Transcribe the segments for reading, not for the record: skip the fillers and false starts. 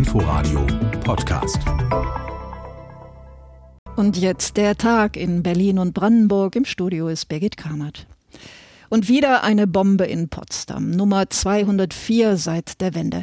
Inforadio Podcast. Und jetzt der Tag in Berlin und Brandenburg. Im Studio ist Birgit Kahnert. Und wieder eine Bombe in Potsdam, Nummer 204 seit der Wende.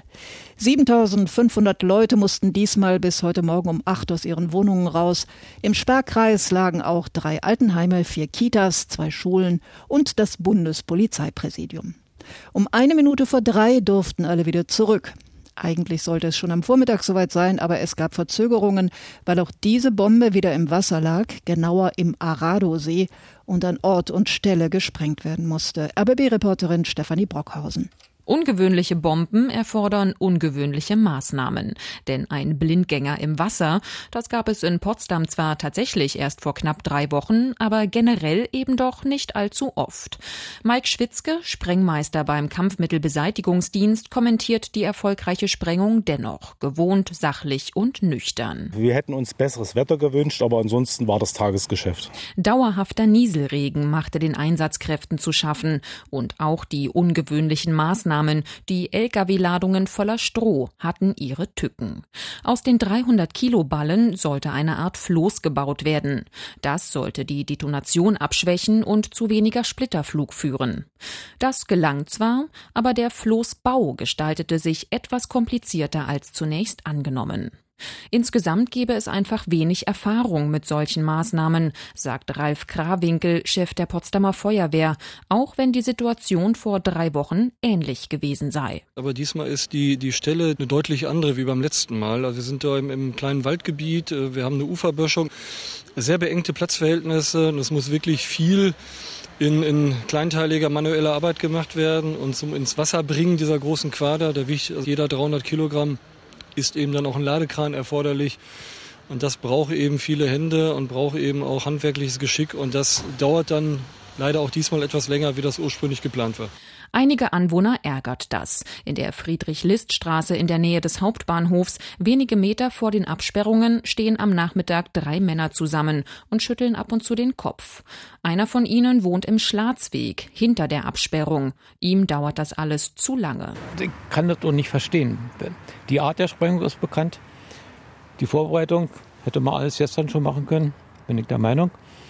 7.500 Leute mussten diesmal bis heute Morgen um 8 aus ihren Wohnungen raus. Im Sperrkreis lagen auch 3 Altenheime, 4 Kitas, 2 Schulen und das Bundespolizeipräsidium. Um 1:03 durften alle wieder zurück. Eigentlich sollte es schon am Vormittag soweit sein, aber es gab Verzögerungen, weil auch diese Bombe wieder im Wasser lag, genauer im Arado-See, und an Ort und Stelle gesprengt werden musste. RBB-Reporterin Stefanie Brockhausen. Ungewöhnliche Bomben erfordern ungewöhnliche Maßnahmen. Denn ein Blindgänger im Wasser, das gab es in Potsdam zwar tatsächlich erst vor knapp 3 Wochen, aber generell eben doch nicht allzu oft. Mike Schwitzke, Sprengmeister beim Kampfmittelbeseitigungsdienst, kommentiert die erfolgreiche Sprengung dennoch, gewohnt, sachlich und nüchtern. Wir hätten uns besseres Wetter gewünscht, aber ansonsten war das Tagesgeschäft. Dauerhafter Nieselregen machte den Einsatzkräften zu schaffen und auch die ungewöhnlichen Maßnahmen, die Lkw-Ladungen voller Stroh, hatten ihre Tücken. Aus den 300-Kilo-Ballen sollte eine Art Floß gebaut werden. Das sollte die Detonation abschwächen und zu weniger Splitterflug führen. Das gelang zwar, aber der Floßbau gestaltete sich etwas komplizierter als zunächst angenommen. Insgesamt gebe es einfach wenig Erfahrung mit solchen Maßnahmen, sagt Ralf Krawinkel, Chef der Potsdamer Feuerwehr, auch wenn die Situation vor 3 Wochen ähnlich gewesen sei. Aber diesmal ist die Stelle eine deutlich andere wie beim letzten Mal. Also wir sind da im kleinen Waldgebiet, wir haben eine Uferböschung, sehr beengte Platzverhältnisse und es muss wirklich viel in kleinteiliger manueller Arbeit gemacht werden und zum ins Wasser bringen dieser großen Quader, der wiegt jeder 300 Kilogramm. Ist eben dann auch ein Ladekran erforderlich. Und das braucht eben viele Hände und braucht eben auch handwerkliches Geschick. Und das dauert dann leider auch diesmal etwas länger, wie das ursprünglich geplant war. Einige Anwohner ärgert das. In der Friedrich-List-Straße in der Nähe des Hauptbahnhofs, wenige Meter vor den Absperrungen, stehen am Nachmittag 3 Männer zusammen und schütteln ab und zu den Kopf. Einer von ihnen wohnt im Schlarzweg, hinter der Absperrung. Ihm dauert das alles zu lange. Ich kann das doch nicht verstehen. Die Art der Sprengung ist bekannt. Die Vorbereitung hätte man alles gestern schon machen können, bin ich der Meinung.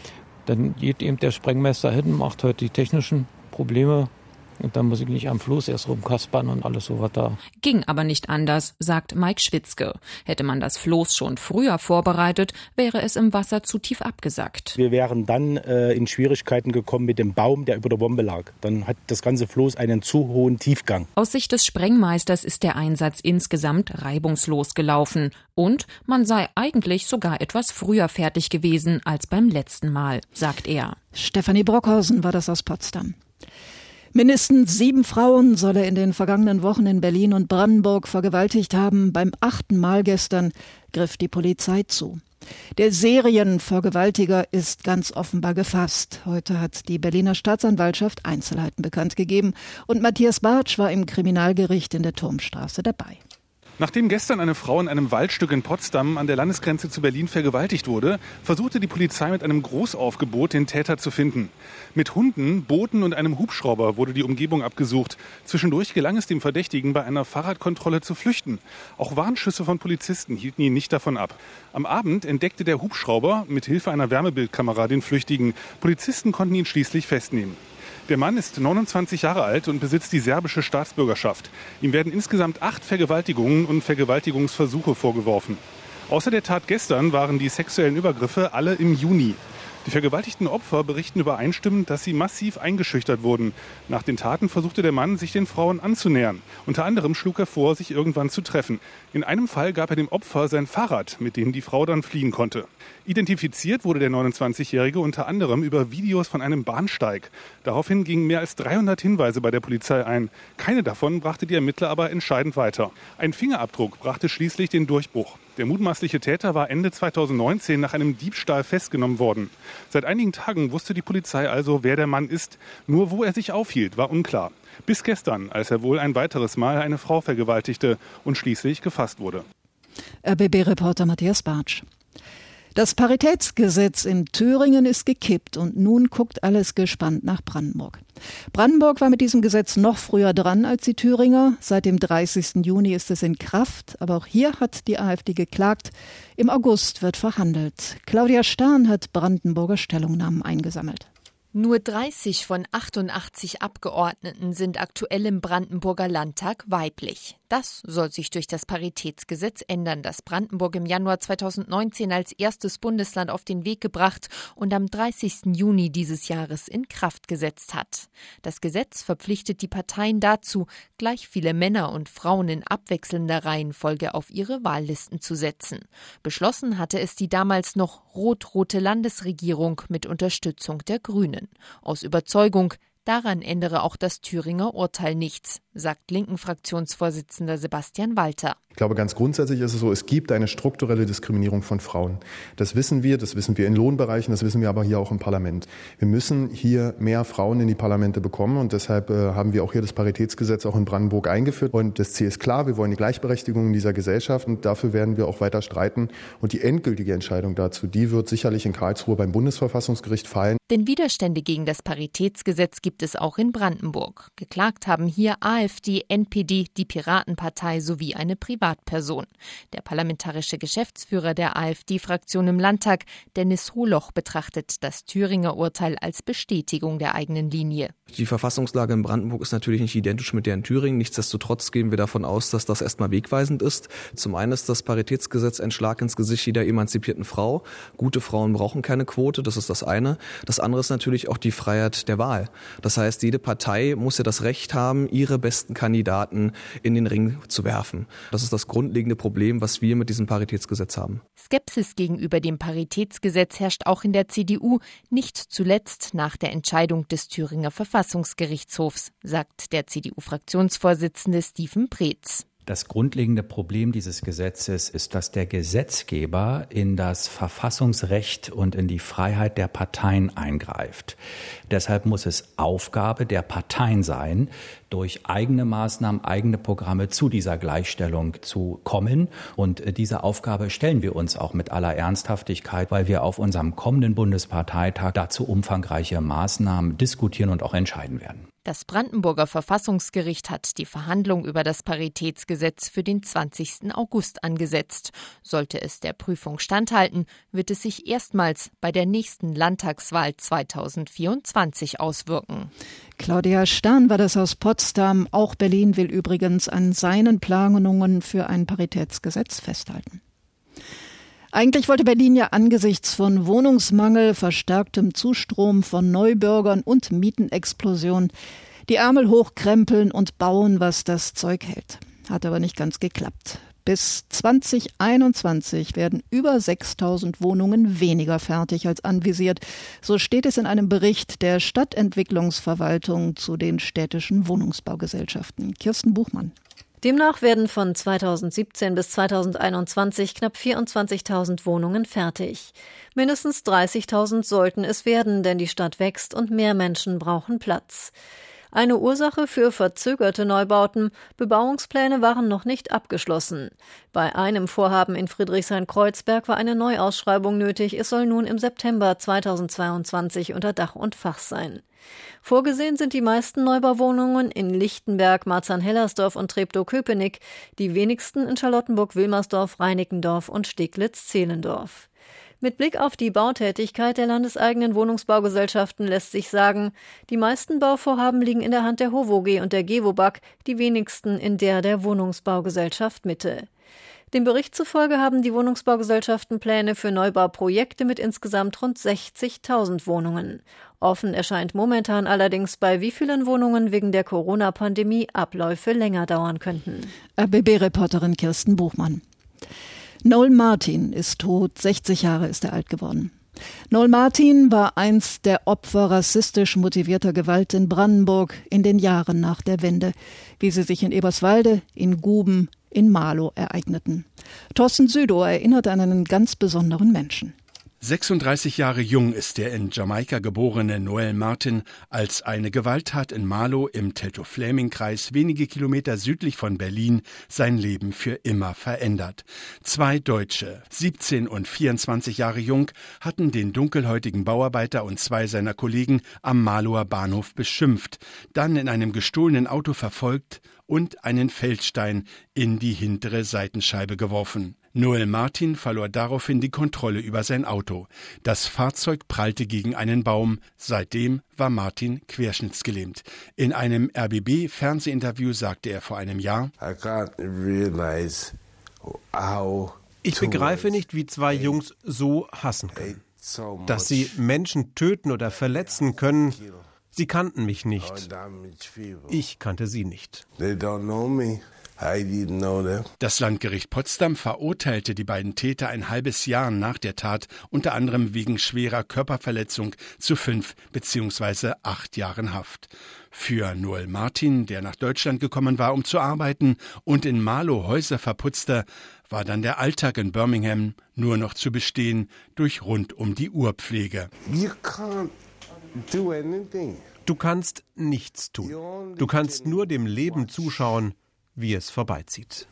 Dann geht eben der Sprengmeister hin, macht heute die technischen Probleme. Und dann muss ich nicht am Floß erst rumkaspern und alles so was da. Ging aber nicht anders, sagt Mike Schwitzke. Hätte man das Floß schon früher vorbereitet, wäre es im Wasser zu tief abgesackt. Wir wären dann in Schwierigkeiten gekommen mit dem Baum, der über der Bombe lag. Dann hat das ganze Floß einen zu hohen Tiefgang. Aus Sicht des Sprengmeisters ist der Einsatz insgesamt reibungslos gelaufen. Und man sei eigentlich sogar etwas früher fertig gewesen als beim letzten Mal, sagt er. Stefanie Brockhausen war das aus Potsdam. Mindestens 7 Frauen soll er in den vergangenen Wochen in Berlin und Brandenburg vergewaltigt haben. Beim 8. Mal gestern griff die Polizei zu. Der Serienvergewaltiger ist ganz offenbar gefasst. Heute hat die Berliner Staatsanwaltschaft Einzelheiten bekannt gegeben. Und Matthias Bartsch war im Kriminalgericht in der Turmstraße dabei. Nachdem gestern eine Frau in einem Waldstück in Potsdam an der Landesgrenze zu Berlin vergewaltigt wurde, versuchte die Polizei mit einem Großaufgebot den Täter zu finden. Mit Hunden, Booten und einem Hubschrauber wurde die Umgebung abgesucht. Zwischendurch gelang es dem Verdächtigen, bei einer Fahrradkontrolle zu flüchten. Auch Warnschüsse von Polizisten hielten ihn nicht davon ab. Am Abend entdeckte der Hubschrauber mit Hilfe einer Wärmebildkamera den Flüchtigen. Polizisten konnten ihn schließlich festnehmen. Der Mann ist 29 Jahre alt und besitzt die serbische Staatsbürgerschaft. Ihm werden insgesamt 8 Vergewaltigungen und Vergewaltigungsversuche vorgeworfen. Außer der Tat gestern waren die sexuellen Übergriffe alle im Juni. Die vergewaltigten Opfer berichten übereinstimmend, dass sie massiv eingeschüchtert wurden. Nach den Taten versuchte der Mann, sich den Frauen anzunähern. Unter anderem schlug er vor, sich irgendwann zu treffen. In einem Fall gab er dem Opfer sein Fahrrad, mit dem die Frau dann fliehen konnte. Identifiziert wurde der 29-Jährige unter anderem über Videos von einem Bahnsteig. Daraufhin gingen mehr als 300 Hinweise bei der Polizei ein. Keine davon brachte die Ermittler aber entscheidend weiter. Ein Fingerabdruck brachte schließlich den Durchbruch. Der mutmaßliche Täter war Ende 2019 nach einem Diebstahl festgenommen worden. Seit einigen Tagen wusste die Polizei also, wer der Mann ist. Nur wo er sich aufhielt, war unklar. Bis gestern, als er wohl ein weiteres Mal eine Frau vergewaltigte und schließlich gefasst wurde. RBB-Reporter Matthias Bartsch. Das Paritätsgesetz in Thüringen ist gekippt und nun guckt alles gespannt nach Brandenburg. Brandenburg war mit diesem Gesetz noch früher dran als die Thüringer. Seit dem 30. Juni ist es in Kraft, aber auch hier hat die AfD geklagt. Im August wird verhandelt. Claudia Stahn hat Brandenburger Stellungnahmen eingesammelt. Nur 30 von 88 Abgeordneten sind aktuell im Brandenburger Landtag weiblich. Das soll sich durch das Paritätsgesetz ändern, das Brandenburg im Januar 2019 als erstes Bundesland auf den Weg gebracht und am 30. Juni dieses Jahres in Kraft gesetzt hat. Das Gesetz verpflichtet die Parteien dazu, gleich viele Männer und Frauen in abwechselnder Reihenfolge auf ihre Wahllisten zu setzen. Beschlossen hatte es die damals noch rot-rote Landesregierung mit Unterstützung der Grünen. Aus Überzeugung, daran ändere auch das Thüringer Urteil nichts, sagt Linken-Fraktionsvorsitzender Sebastian Walter. Ich glaube, ganz grundsätzlich ist es so, es gibt eine strukturelle Diskriminierung von Frauen. Das wissen wir in Lohnbereichen, das wissen wir aber hier auch im Parlament. Wir müssen hier mehr Frauen in die Parlamente bekommen und deshalb haben wir auch hier das Paritätsgesetz auch in Brandenburg eingeführt. Und das Ziel ist klar, wir wollen die Gleichberechtigung in dieser Gesellschaft und dafür werden wir auch weiter streiten. Und die endgültige Entscheidung dazu, die wird sicherlich in Karlsruhe beim Bundesverfassungsgericht fallen. Denn Widerstände gegen das Paritätsgesetz gibt es auch in Brandenburg. Geklagt haben hier AfD, NPD, die Piratenpartei sowie eine Privatperson. Der parlamentarische Geschäftsführer der AfD-Fraktion im Landtag, Dennis Holoch, betrachtet das Thüringer Urteil als Bestätigung der eigenen Linie. Die Verfassungslage in Brandenburg ist natürlich nicht identisch mit der in Thüringen. Nichtsdestotrotz gehen wir davon aus, dass das erstmal wegweisend ist. Zum einen ist das Paritätsgesetz ein Schlag ins Gesicht jeder emanzipierten Frau. Gute Frauen brauchen keine Quote, das ist das eine. Das andere ist natürlich auch die Freiheit der Wahl. Das heißt, jede Partei muss ja das Recht haben, ihre besten Kandidaten in den Ring zu werfen. Das ist das grundlegende Problem, was wir mit diesem Paritätsgesetz haben. Skepsis gegenüber dem Paritätsgesetz herrscht auch in der CDU, nicht zuletzt nach der Entscheidung des Thüringer Verfassungsgerichtshofs, sagt der CDU-Fraktionsvorsitzende Steven Preetz. Das grundlegende Problem dieses Gesetzes ist, dass der Gesetzgeber in das Verfassungsrecht und in die Freiheit der Parteien eingreift. Deshalb muss es Aufgabe der Parteien sein, durch eigene Maßnahmen, eigene Programme zu dieser Gleichstellung zu kommen. Und diese Aufgabe stellen wir uns auch mit aller Ernsthaftigkeit, weil wir auf unserem kommenden Bundesparteitag dazu umfangreiche Maßnahmen diskutieren und auch entscheiden werden. Das Brandenburger Verfassungsgericht hat die Verhandlung über das Paritätsgesetz für den 20. August angesetzt. Sollte es der Prüfung standhalten, wird es sich erstmals bei der nächsten Landtagswahl 2024 auswirken. Claudia Stahn war das aus Potsdam. Auch Berlin will übrigens an seinen Planungen für ein Paritätsgesetz festhalten. Eigentlich wollte Berlin ja angesichts von Wohnungsmangel, verstärktem Zustrom von Neubürgern und Mietenexplosion die Ärmel hochkrempeln und bauen, was das Zeug hält. Hat aber nicht ganz geklappt. Bis 2021 werden über 6.000 Wohnungen weniger fertig als anvisiert. So steht es in einem Bericht der Stadtentwicklungsverwaltung zu den städtischen Wohnungsbaugesellschaften. Kirsten Buchmann. Demnach werden von 2017 bis 2021 knapp 24.000 Wohnungen fertig. Mindestens 30.000 sollten es werden, denn die Stadt wächst und mehr Menschen brauchen Platz. Eine Ursache für verzögerte Neubauten: Bebauungspläne waren noch nicht abgeschlossen. Bei einem Vorhaben in Friedrichshain-Kreuzberg war eine Neuausschreibung nötig. Es soll nun im September 2022 unter Dach und Fach sein. Vorgesehen sind die meisten Neubauwohnungen in Lichtenberg, Marzahn-Hellersdorf und Treptow-Köpenick, die wenigsten in Charlottenburg-Wilmersdorf, Reinickendorf und Steglitz-Zehlendorf. Mit Blick auf die Bautätigkeit der landeseigenen Wohnungsbaugesellschaften lässt sich sagen, die meisten Bauvorhaben liegen in der Hand der HOVOG und der GEWOBAG, die wenigsten in der Wohnungsbaugesellschaft Mitte. Dem Bericht zufolge haben die Wohnungsbaugesellschaften Pläne für Neubauprojekte mit insgesamt rund 60.000 Wohnungen. Offen erscheint momentan allerdings, bei wie vielen Wohnungen wegen der Corona-Pandemie Abläufe länger dauern könnten. RBB-Reporterin Kirsten Buchmann. Noel Martin ist tot, 60 Jahre ist er alt geworden. Noel Martin war einst der Opfer rassistisch motivierter Gewalt in Brandenburg in den Jahren nach der Wende, wie sie sich in Eberswalde, in Guben, in Marlow ereigneten. Thorsten Südow erinnert an einen ganz besonderen Menschen. 36 Jahre jung ist der in Jamaika geborene Noel Martin, als eine Gewalttat in Marlow im Teltow-Fläming-Kreis wenige Kilometer südlich von Berlin sein Leben für immer verändert. 2 Deutsche, 17 und 24 Jahre jung, hatten den dunkelhäutigen Bauarbeiter und 2 seiner Kollegen am Marlower Bahnhof beschimpft, dann in einem gestohlenen Auto verfolgt und einen Feldstein in die hintere Seitenscheibe geworfen. Noel Martin verlor daraufhin die Kontrolle über sein Auto. Das Fahrzeug prallte gegen einen Baum. Seitdem war Martin querschnittsgelähmt. In einem RBB-Fernsehinterview sagte er vor einem Jahr: Ich begreife nicht, wie 2 Jungs so hassen können. Dass sie Menschen töten oder verletzen können. Sie kannten mich nicht. Ich kannte sie nicht. Das Landgericht Potsdam verurteilte die beiden Täter ein halbes Jahr nach der Tat, unter anderem wegen schwerer Körperverletzung, zu 5 bzw. 8 Jahren Haft. Für Noel Martin, der nach Deutschland gekommen war, um zu arbeiten und in Marlow Häuser verputzte, war dann der Alltag in Birmingham nur noch zu bestehen durch Rund-um-die-Uhr-Pflege. Du kannst nichts tun. Du kannst nur dem Leben zuschauen, wie es vorbeizieht.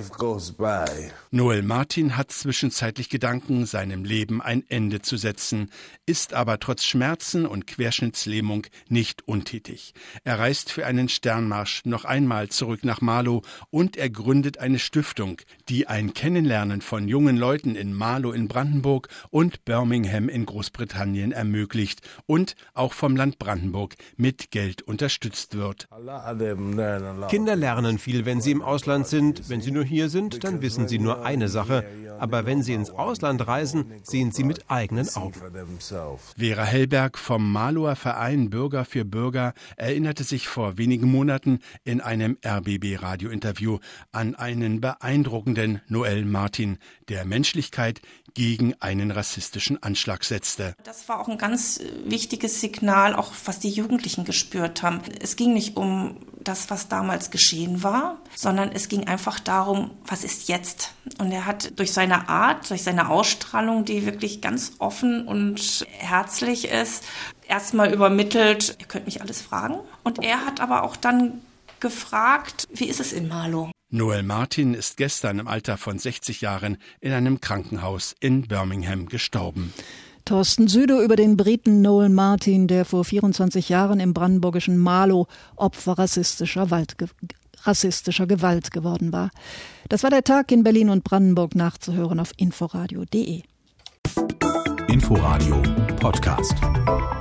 Noel Martin hat zwischenzeitlich Gedanken, seinem Leben ein Ende zu setzen, ist aber trotz Schmerzen und Querschnittslähmung nicht untätig. Er reist für einen Sternmarsch noch einmal zurück nach Marlow und er gründet eine Stiftung, die ein Kennenlernen von jungen Leuten in Marlow in Brandenburg und Birmingham in Großbritannien ermöglicht und auch vom Land Brandenburg mit Geld unterstützt wird. Kinder lernen viel, wenn sie im Ausland sind. Wenn sie nur hier sind, dann wissen sie nur eine Sache. Aber wenn sie ins Ausland reisen, sehen sie mit eigenen Augen. Vera Hellberg vom Marlower Verein Bürger für Bürger erinnerte sich vor wenigen Monaten in einem RBB-Radiointerview an einen beeindruckenden Noel Martin, der Menschlichkeit gegen einen rassistischen Anschlag setzte. Das war auch ein ganz wichtiges Signal, auch was die Jugendlichen gespürt haben. Es ging nicht um das, was damals geschehen war, sondern es ging einfach darum, was ist jetzt? Und er hat durch seine Art, durch seine Ausstrahlung, die wirklich ganz offen und herzlich ist, erstmal übermittelt, ihr könnt mich alles fragen. Und er hat aber auch dann gefragt, wie ist es in Marlow? Noel Martin ist gestern im Alter von 60 Jahren in einem Krankenhaus in Birmingham gestorben. Thorsten Südow über den Briten Noel Martin, der vor 24 Jahren im brandenburgischen Marlow Opfer rassistischer Gewalt geworden war. Das war der Tag in Berlin und Brandenburg, nachzuhören auf inforadio.de. Inforadio Podcast.